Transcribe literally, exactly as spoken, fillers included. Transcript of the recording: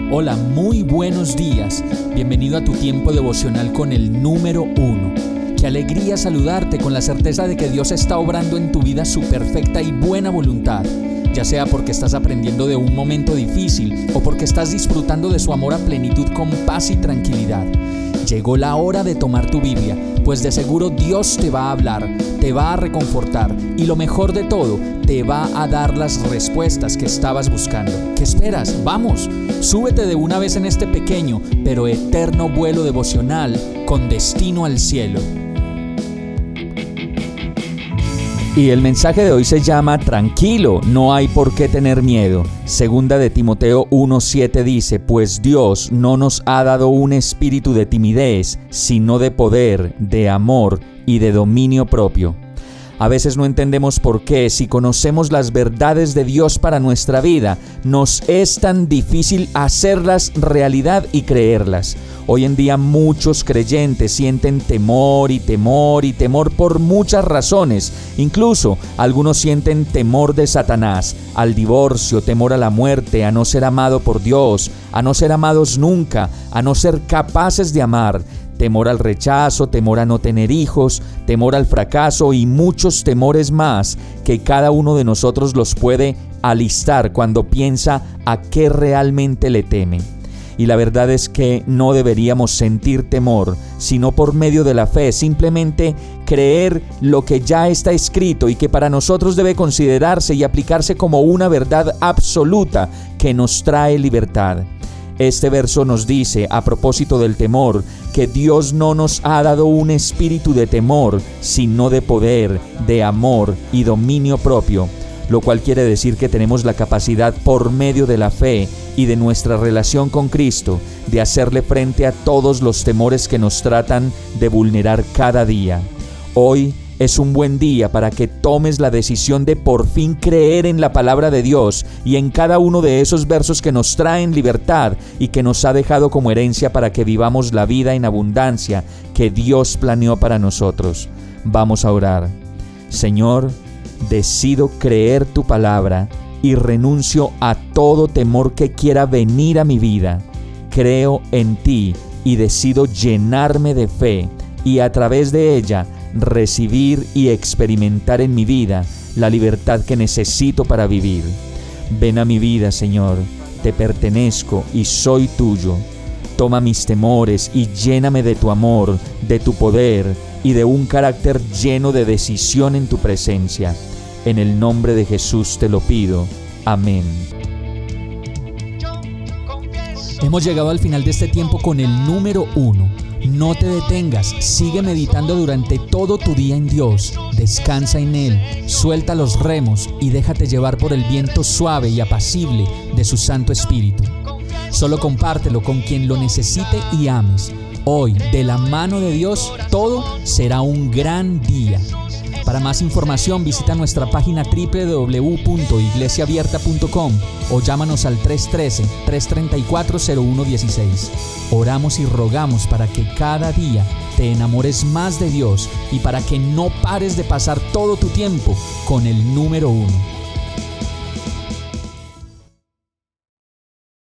Hola, muy buenos días. Bienvenido a tu tiempo devocional con el número uno. Qué alegría saludarte con la certeza de que Dios está obrando en tu vida su perfecta y buena voluntad, ya sea porque estás aprendiendo de un momento difícil o porque estás disfrutando de su amor a plenitud con paz y tranquilidad. Llegó la hora de tomar tu Biblia, pues de seguro Dios te va a hablar, te va a reconfortar y lo mejor de todo, te va a dar las respuestas que estabas buscando. ¿Qué esperas? ¡Vamos! Súbete de una vez en este pequeño pero eterno vuelo devocional con destino al cielo. Y el mensaje de hoy se llama Tranquilo, no hay por qué tener miedo. Segunda de Timoteo uno siete dice, pues Dios no nos ha dado un espíritu de timidez, sino de poder, de amor y de dominio propio. A veces no entendemos por qué, si conocemos las verdades de Dios para nuestra vida, nos es tan difícil hacerlas realidad y creerlas. Hoy en día muchos creyentes sienten temor y temor y temor por muchas razones. Incluso algunos sienten temor de Satanás, al divorcio, temor a la muerte, a no ser amado por Dios, a no ser amados nunca, a no ser capaces de amar. Temor al rechazo, temor a no tener hijos, temor al fracaso y muchos temores más que cada uno de nosotros los puede alistar cuando piensa a qué realmente le teme. Y la verdad es que no deberíamos sentir temor, sino por medio de la fe, simplemente creer lo que ya está escrito y que para nosotros debe considerarse y aplicarse como una verdad absoluta que nos trae libertad. Este verso nos dice, a propósito del temor, que Dios no nos ha dado un espíritu de temor, sino de poder, de amor y dominio propio, lo cual quiere decir que tenemos la capacidad por medio de la fe y de nuestra relación con Cristo de hacerle frente a todos los temores que nos tratan de vulnerar cada día. Hoy es un buen día para que tomes la decisión de por fin creer en la palabra de Dios y en cada uno de esos versos que nos traen libertad y que nos ha dejado como herencia para que vivamos la vida en abundancia que Dios planeó para nosotros. Vamos a orar. Señor, decido creer tu palabra y renuncio a todo temor que quiera venir a mi vida. Creo en ti y decido llenarme de fe y a través de ella recibir y experimentar en mi vida la libertad que necesito para vivir. Ven a mi vida, Señor, te pertenezco y soy tuyo. Toma mis temores y lléname de tu amor, de tu poder y de un carácter lleno de decisión en tu presencia. En el nombre de Jesús te lo pido. Amén. Hemos llegado al final de este tiempo con el número uno. No te detengas, sigue meditando durante todo tu día en Dios, descansa en Él, suelta los remos y déjate llevar por el viento suave y apacible de su Santo Espíritu. Solo compártelo con quien lo necesite y ames. Hoy, de la mano de Dios, todo será un gran día. Para más información visita nuestra página doble u doble u doble u punto iglesia abierta punto com o llámanos al tres uno tres, tres tres cuatro, cero uno uno seis. Oramos y rogamos para que cada día te enamores más de Dios y para que no pares de pasar todo tu tiempo con el número uno.